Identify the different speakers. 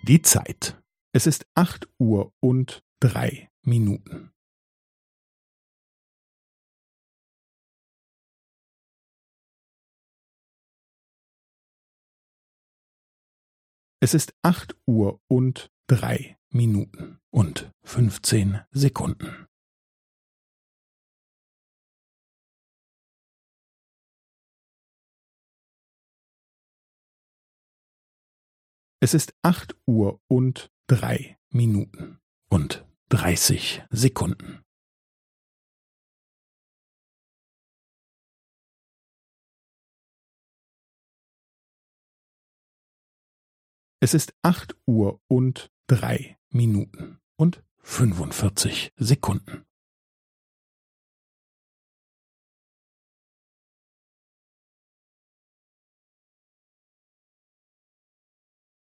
Speaker 1: Die Zeit. Es ist 8:03 Uhr. Es ist 8:03 Uhr und 15 Sekunden. Es ist 8:03 Uhr und 30 Sekunden. Es ist 8:03 Uhr und 45 Sekunden.